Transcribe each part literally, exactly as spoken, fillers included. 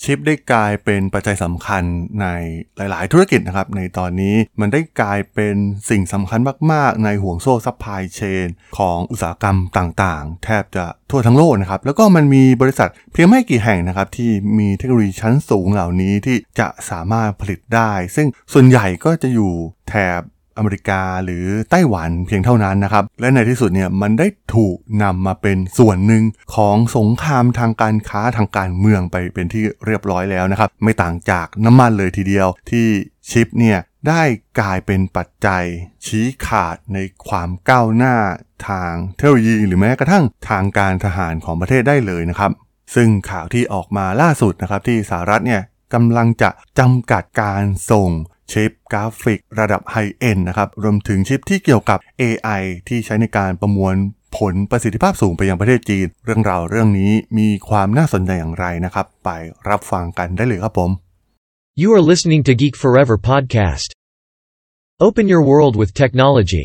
ชิปได้กลายเป็นปัจจัยสำคัญในหลายๆธุรกิจนะครับในตอนนี้มันได้กลายเป็นสิ่งสำคัญมากๆในห่วงโซ่ซัพพลายเชนของอุตสาหกรรมต่างๆแทบจะทั่วทั้งโลกนะครับแล้วก็มันมีบริษัทเพียงไม่กี่แห่งนะครับที่มีเทคโนโลยีชั้นสูงเหล่านี้ที่จะสามารถผลิตได้ซึ่งส่วนใหญ่ก็จะอยู่แถบอเมริกาหรือไต้หวันเพียงเท่านั้นนะครับและในที่สุดเนี่ยมันได้ถูกนำมาเป็นส่วนหนึ่งของสงครามทางการค้าทางการเมืองไปเป็นที่เรียบร้อยแล้วนะครับไม่ต่างจากน้ำมันเลยทีเดียวที่ชิปเนี่ยได้กลายเป็นปัจจัยชี้ขาดในความก้าวหน้าทางเทคโนโลยีหรือแม้กระทั่งทางการทหารของประเทศได้เลยนะครับซึ่งข่าวที่ออกมาล่าสุดนะครับที่สหรัฐเนี่ยกำลังจะจำกัดการส่งชิปกราฟิกระดับไฮเอนด์นะครับรวมถึงชิปที่เกี่ยวกับ เอ ไอ ที่ใช้ในการประมวลผลประสิทธิภาพสูงไปยังประเทศจีนเรื่องราวเรื่องนี้มีความน่าสนใจอย่างไรนะครับไปรับฟังกันได้เลยครับผม You are listening to Geek Forever podcast. Open your world with technology.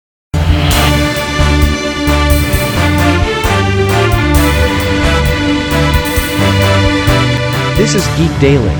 This is Geek Daily.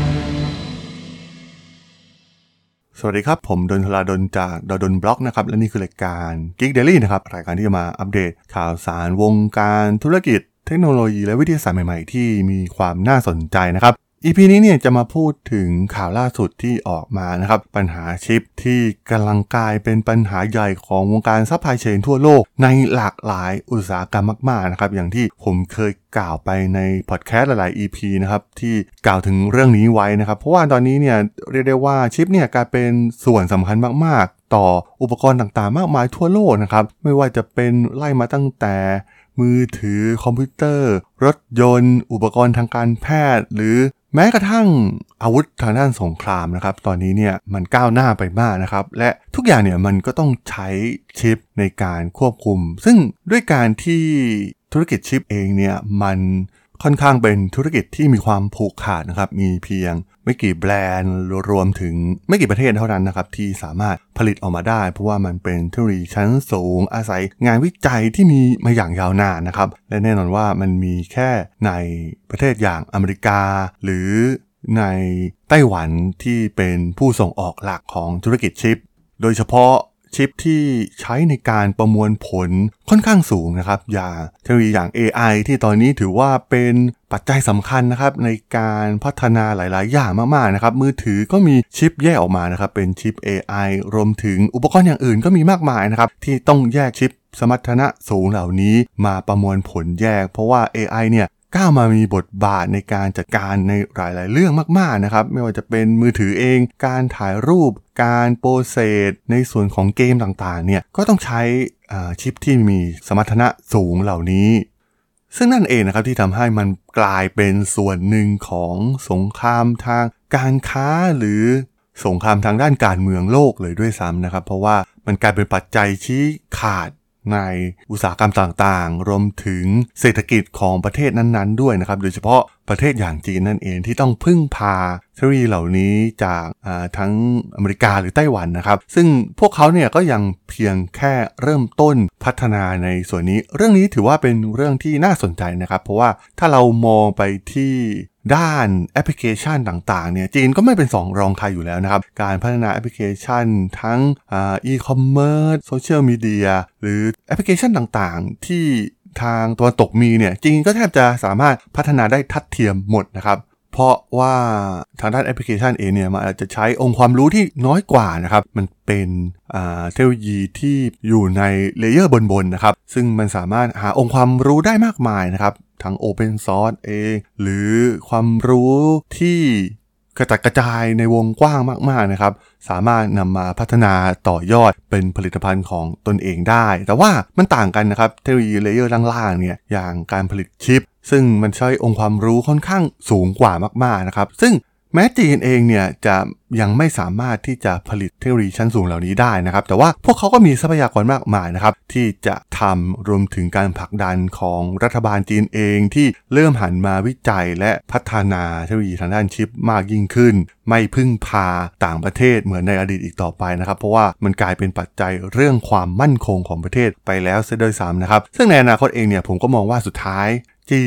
สวัสดีครับผมดนทลาดลจากดนบล็อกนะครับและนี่คือรายการ Geek Daily นะครับรายการที่จะมาอัปเดตข่าวสารวงการธุรกิจเทคโนโลยีและวิทยาศาสตร์ใหม่ๆที่มีความน่าสนใจนะครับ อี พี นี้เนี่ยจะมาพูดถึงข่าวล่าสุดที่ออกมานะครับปัญหาชิปที่กำลังกลายเป็นปัญหาใหญ่ของวงการซัพพลายเชนทั่วโลกในหลากหลายอุตสาหกรรมมากๆนะครับอย่างที่ผมเคยกล่าวไปในพอดแคสต์หลายๆ อี พี นะครับที่กล่าวถึงเรื่องนี้ไว้นะครับเพราะว่าตอนนี้เนี่ยเรียกได้ว่าชิปเนี่ยกลายเป็นส่วนสำคัญมากๆต่ออุปกรณ์ต่างๆมากมายทั่วโลกนะครับไม่ว่าจะเป็นไล่มาตั้งแต่มือถือคอมพิวเตอร์รถยนต์อุปกรณ์ทางการแพทย์หรือแม้กระทั่งอาวุธทางด้านสงครามนะครับตอนนี้เนี่ยมันก้าวหน้าไปมากนะครับและทุกอย่างเนี่ยมันก็ต้องใช้ชิปในการควบคุมซึ่งด้วยการที่ธุรกิจชิปเองเนี่ยมันค่อนข้างเป็นธุรกิจที่มีความผูกขาดนะครับมีเพียงไม่กี่แบรนด์รวมถึงไม่กี่ประเทศเท่านั้นนะครับที่สามารถผลิตออกมาได้เพราะว่ามันเป็นเทคโนโลยีชั้นสูงอาศัยงานวิจัยที่มีมาอย่างยาวนานนะครับและแน่นอนว่ามันมีแค่ในประเทศอย่างอเมริกาหรือในไต้หวันที่เป็นผู้ส่งออกหลักของธุรกิจชิปโดยเฉพาะชิปที่ใช้ในการประมวลผลค่อนข้างสูงนะครับอย่างเทคโนโลยีอย่าง เอ ไอ ที่ตอนนี้ถือว่าเป็นปัจจัยสำคัญนะครับในการพัฒนาหลายๆอย่างมากๆนะครับมือถือก็มีชิปแยกออกมานะครับเป็นชิป เอ ไอ รวมถึงอุปกรณ์อย่างอื่นก็มีมากมายนะครับที่ต้องแยกชิปสมรรถนะสูงเหล่านี้มาประมวลผลแยกเพราะว่า เอ ไอ เนี่ยก้าวมามีบทบาทในการจัดการในหลายๆเรื่องมากๆนะครับไม่ว่าจะเป็นมือถือเองการถ่ายรูปการโปรเซสในส่วนของเกมต่างๆเนี่ยก็ต้องใช้ชิปที่มีสมรรถนะสูงเหล่านี้ซึ่งนั่นเองนะครับที่ทำให้มันกลายเป็นส่วนหนึ่งของสงครามทางการค้าหรือสงครามทางด้านการเมืองโลกเลยด้วยซ้ำนะครับเพราะว่ามันกลายเป็นปัจจัยชี้ขาดในอุตสาหกรรมต่างๆรวมถึงเศรษฐกิจของประเทศนั้นๆด้วยนะครับโดยเฉพาะประเทศอย่างจีนนั่นเองที่ต้องพึ่งพาเทคโนโลยีเหล่านี้จากทั้งอเมริกาหรือไต้หวันนะครับซึ่งพวกเขาเนี่ยก็ยังเพียงแค่เริ่มต้นพัฒนาในส่วนนี้เรื่องนี้ถือว่าเป็นเรื่องที่น่าสนใจนะครับเพราะว่าถ้าเรามองไปที่ด้านแอปพลิเคชันต่างๆเนี่ยจีนก็ไม่เป็นสองรองใครอยู่แล้วนะครับการพัฒนาแอปพลิเคชันทั้งอ่าอีคอมเมิร์ซโซเชียลมีเดียหรือแอปพลิเคชันต่างๆที่ทางตะวันตกมีเนี่ยจีนก็แทบจะสามารถพัฒนาได้ทัดเทียมหมดนะครับเพราะว่าทางด้านแอปพลิเคชันเองเนี่ยมันอาจจะใช้องค์ความรู้ที่น้อยกว่านะครับมันเป็นอ่าเทคโนโลยีที่อยู่ในเลเยอร์บนๆนะครับซึ่งมันสามารถหาองค์ความรู้ได้มากมายนะครับทั้ง Open Source เองหรือความรู้ที่กระจัดกระจายในวงกว้างมากๆนะครับสามารถนำมาพัฒนาต่อยอดเป็นผลิตภัณฑ์ของตนเองได้แต่ว่ามันต่างกันนะครับเทคโนโลยีเลเยอร์ล่างๆเนี่ยอย่างการผลิตชิปซึ่งมันใช้องค์ความรู้ค่อนข้างสูงกว่ามากๆนะครับซึ่งแม้จีนเองเนี่ยจะยังไม่สามารถที่จะผลิตเทคโนโลยีชั้นสูงเหล่านี้ได้นะครับแต่ว่าพวกเขาก็มีทรัพยากรมากมายนะครับที่จะทำรวมถึงการผลักดันของรัฐบาลจีนเองที่เริ่มหันมาวิจัยและพัฒนาเทคโนโลยีทางด้านชิปมากยิ่งขึ้นไม่พึ่งพาต่างประเทศเหมือนในอดีตอีกต่อไปนะครับเพราะว่ามันกลายเป็นปัจจัยเรื่องความมั่นคงของประเทศไปแล้วซะด้วยซ้ำนะครับซึ่งในอนาคตเองเนี่ยผมก็มองว่าสุดท้ายจีน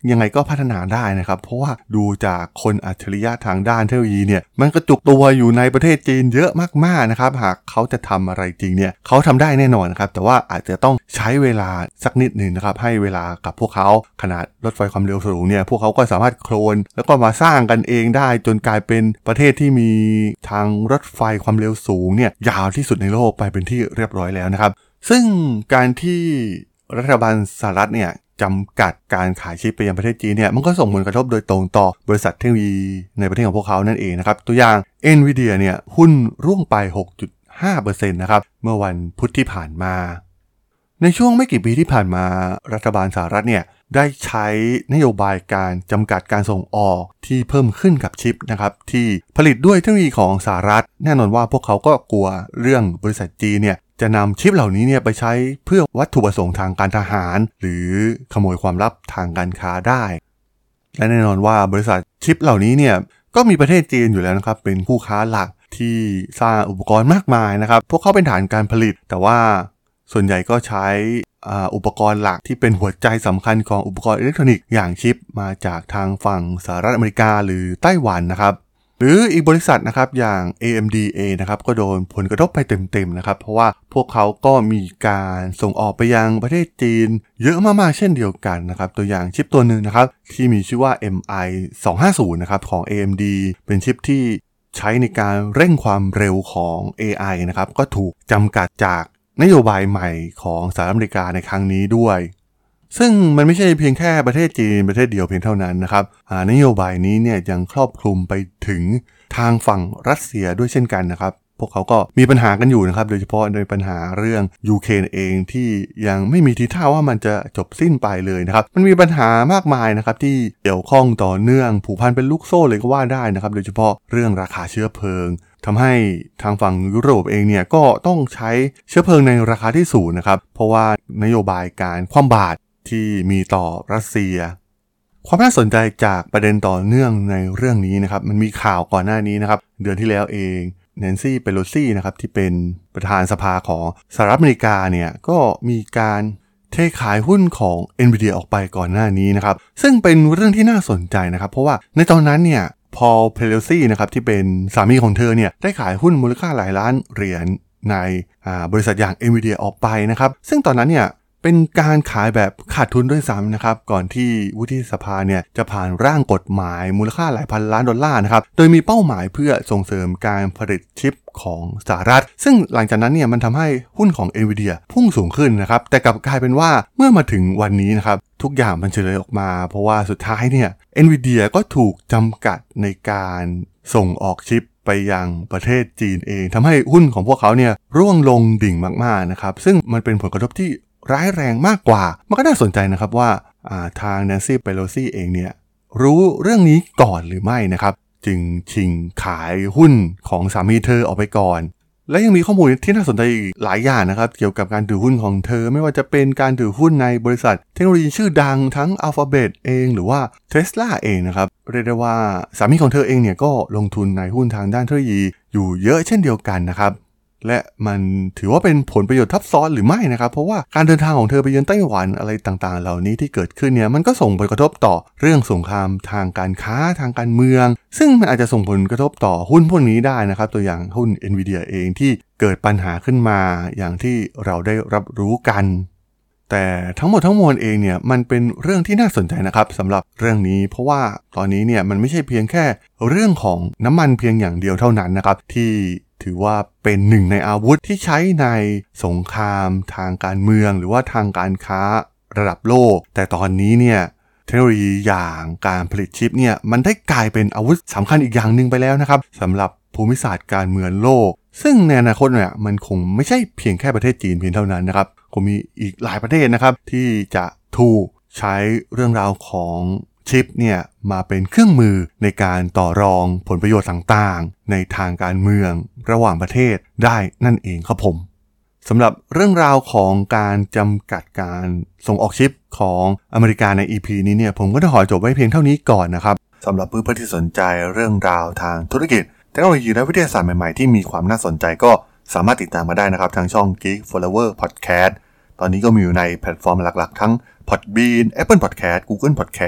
ยังไงก็พัฒนาได้นะครับเพราะว่าดูจากคนอัจฉริยะทางด้านเทคโนโลยีเนี่ยมันกระจุกตัวอยู่ในประเทศจีนเยอะมากๆนะครับหากเขาจะทำอะไรจริงเนี่ยเขาทำได้แน่นอนนะครับแต่ว่าอาจจะต้องใช้เวลาสักนิดหนึ่งนะครับให้เวลากับพวกเขาขนาดรถไฟความเร็วสูงเนี่ยพวกเขาก็สามารถโคลนแล้วก็มาสร้างกันเองได้จนกลายเป็นประเทศที่มีทางรถไฟความเร็วสูงเนี่ยยาวที่สุดในโลกไปเป็นที่เรียบร้อยแล้วนะครับซึ่งการที่รัฐบาลสหรัฐเนี่ยจำกัดการขายชิปไปยังประเทศจีนเนี่ยมันก็ส่งผลกระทบโดยตรงต่อบริษัทเทคโนโลยีในประเทศของพวกเขานั่นเองนะครับตัวอย่าง Nvidia เนี่ยหุ้นร่วงไป หกจุดห้าเปอร์เซ็นต์ นะครับเมื่อวันพุธที่ผ่านมาในช่วงไม่กี่ปีที่ผ่านมารัฐบาลสหรัฐเนี่ยได้ใช้นโยบายการจำกัดการส่งออกที่เพิ่มขึ้นกับชิปนะครับที่ผลิตด้วยเทคโนโลยีของสหรัฐแน่นอนว่าพวกเขาก็กลัวเรื่องบริษัทจีนเนี่ยจะนำชิปเหล่านี้เนี่ยไปใช้เพื่อวัตถุประสงค์ทางการทหารหรือขโมยความลับทางการค้าได้และแน่นอนว่าบริษัทชิปเหล่านี้เนี่ยก็มีประเทศจีนอยู่แล้วนะครับเป็นคู่ค้าหลักที่สร้างอุปกรณ์มากมายนะครับพวกเขาเป็นฐานการผลิตแต่ว่าส่วนใหญ่ก็ใช้อุปกรณ์หลักที่เป็นหัวใจสำคัญของอุปกรณ์อิเล็กทรอนิกส์อย่างชิปมาจากทางฝั่งสหรัฐอเมริกาหรือไต้หวันนะครับหรืออีกบริษัทนะครับอย่าง เอ เอ็ม ดี เองนะครับก็โดนผลกระทบไปเต็มๆนะครับเพราะว่าพวกเขาก็มีการส่งออกไปยังประเทศจีนเยอะมากๆเช่นเดียวกันนะครับตัวอย่างชิปตัวหนึ่งนะครับที่มีชื่อว่า เอ็ม ไอ สองห้าศูนย์ นะครับของ เอ เอ็ม ดี เป็นชิปที่ใช้ในการเร่งความเร็วของ เอ ไอ นะครับก็ถูกจำกัดจากนโยบายใหม่ของสหรัฐอเมริกาในครั้งนี้ด้วยซึ่งมันไม่ใช่เพียงแค่ประเทศจีนประเทศเดียวเพียงเท่านั้นนะครับนโยบายนี้เนี่ยยังครอบคลุมไปถึงทางฝั่งรัสเซียด้วยเช่นกันนะครับพวกเขาก็มีปัญหากันอยู่นะครับโดยเฉพาะในปัญหาเรื่องยูเครนเองที่ยังไม่มีทีท่าว่ามันจะจบสิ้นไปเลยนะครับมันมีปัญหามากมายนะครับที่เกี่ยวข้องต่อเนื่องผูกพันเป็นลูกโซ่เลยก็ว่าได้นะครับโดยเฉพาะเรื่องราคาเชื้อเพลิงทำให้ทางฝั่งยุโรปเองเนี่ยก็ต้องใช้เชื้อเพลิงในราคาที่สูงนะครับเพราะว่านโยบายการคว่ำบาตรที่มีต่อรัสเซียความน่าสนใจจากประเด็นต่อเนื่องในเรื่องนี้นะครับมันมีข่าวก่อนหน้านี้นะครับเดือนที่แล้วเองแนนซี่เปโลซี่นะครับที่เป็นประธานสภาของสหรัฐอเมริกาเนี่ยก็มีการเทขายหุ้นของ Nvidia ออกไปก่อนหน้านี้นะครับซึ่งเป็นเรื่องที่น่าสนใจนะครับเพราะว่าในตอนนั้นเนี่ยพอล เพโลซี่นะครับที่เป็นสามีของเธอเนี่ยได้ขายหุ้นมูลค่าหลายล้านเหรียญในบริษัทอย่าง Nvidia ออกไปนะครับซึ่งตอนนั้นเนี่ยเป็นการขายแบบขาดทุนด้วยซ้ำนะครับก่อนที่วุฒิสภาเนี่ยจะผ่านร่างกฎหมายมูลค่าหลายพันล้านดอลลาร์นะครับโดยมีเป้าหมายเพื่อส่งเสริมการผลิตชิปของสหรัฐซึ่งหลังจากนั้นเนี่ยมันทำให้หุ้นของ Nvidia พุ่งสูงขึ้นนะครับแต่กลับกลายเป็นว่าเมื่อมาถึงวันนี้นะครับทุกอย่างมันเฉลยออกมาเพราะว่าสุดท้ายเนี่ย Nvidia ก็ถูกจำกัดในการส่งออกชิปไปยังประเทศจีนเองทำให้หุ้นของพวกเขาเนี่ยร่วงลงดิ่งมากๆนะครับซึ่งมันเป็นผลกระทบที่ร้ายแรงมากกว่ามันก็น่าสนใจนะครับว่าทางแนนซี่เปโลซี่เองเนี่ยรู้เรื่องนี้ก่อนหรือไม่นะครับจึงชิงขายหุ้นของสามีเธอออกไปก่อนและยังมีข้อมูลที่น่าสนใจอีกหลายอย่างนะครับเกี่ยวกับการถือหุ้นของเธอไม่ว่าจะเป็นการถือหุ้นในบริษัทเทคโนโลยีชื่อดังทั้ง Alphabet เองหรือว่า Tesla เองนะครับเรียกได้ว่าสามีของเธอเองเนี่ยก็ลงทุนในหุ้นทางด้านเทคโนโลยีอยู่เยอะเช่นเดียวกันนะครับและมันถือว่าเป็นผลประโยชน์ทับซ้อนหรือไม่นะครับเพราะว่าการเดินทางของเธอไปเยือนไต้หวันอะไรต่างๆเหล่านี้ที่เกิดขึ้นเนี่ยมันก็ส่งผลกระทบต่อเรื่องสงครามทางการค้าทางการเมืองซึ่งมันอาจจะส่งผลกระทบต่อหุ้นพวกนี้ได้นะครับตัวอย่างหุ้น Nvidia เองที่เกิดปัญหาขึ้นมาอย่างที่เราได้รับรู้กันแต่ทั้งหมดทั้งมวลเองเนี่ยมันเป็นเรื่องที่น่าสนใจนะครับสำหรับเรื่องนี้เพราะว่าตอนนี้เนี่ยมันไม่ใช่เพียงแค่เรื่องของน้ำมันเพียงอย่างเดียวเท่านั้นนะครับที่ถือว่าเป็นหนึ่งในอาวุธที่ใช้ในสงครามทางการเมืองหรือว่าทางการค้าระดับโลกแต่ตอนนี้เนี่ยเทคโนโลยีอย่างการผลิตชิปเนี่ยมันได้กลายเป็นอาวุธสำคัญอีกอย่างหนึ่งไปแล้วนะครับสำหรับภูมิศาสตร์การเมืองโลกซึ่งในอนาคตเนี่ยมันคงไม่ใช่เพียงแค่ประเทศจีนเพียงเท่านั้นนะครับคงมีอีกหลายประเทศนะครับที่จะถูกใช้เรื่องราวของชิปเนี่ยมาเป็นเครื่องมือในการต่อรองผลประโยชน์ต่างๆในทางการเมืองระหว่างประเทศได้นั่นเองครับผมสำหรับเรื่องราวของการจำกัดการส่งออกชิปของอเมริกาใน อี พี นี้เนี่ยผมก็จะขอจบไว้เพียงเท่านี้ก่อนนะครับสำหรับเพื่อนๆที่สนใจเรื่องราวทางธุรกิจเทคโนโลยีและวิทยาศาสตร์ใหม่ๆที่มีความน่าสนใจก็สามารถติดตามมาได้นะครับทางช่อง Geek Forever Podcast ตอนนี้ก็มีอยู่ในแพลตฟอร์มหลักๆทั้ง Podbean Apple Podcast Google Podcast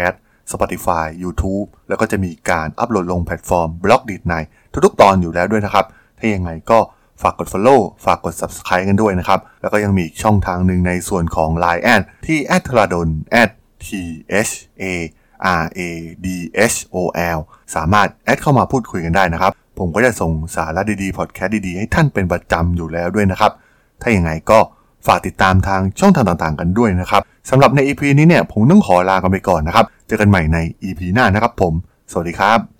Spotify YouTube แล้วก็จะมีการอัปโหลดลงแพลตฟอร์ม บล็อกดิท ในทุกๆตอนอยู่แล้วด้วยนะครับถ้ายังไงก็ฝากกด follow ฝากกด subscribe กันด้วยนะครับแล้วก็ยังมีอีกช่องทางหนึ่งในส่วนของ ไลน์ แอด ที่ แอท ธราดล แอท ที เอช เอ อาร์ เอ ดี เอช โอ แอล สามารถแอดเข้ามาพูดคุยกันได้นะครับผมก็จะส่งสาระดีๆพอดแคสต์ดีๆให้ท่านเป็นประจำอยู่แล้วด้วยนะครับถ้าอย่างไงก็ฝากติดตามทางช่องทางต่างๆกันด้วยนะครับสำหรับใน อี พี นี้เนี่ยผมต้องขอลากันไปก่อนนะครับเจอกันใหม่ใน อี พี หน้านะครับผมสวัสดีครับ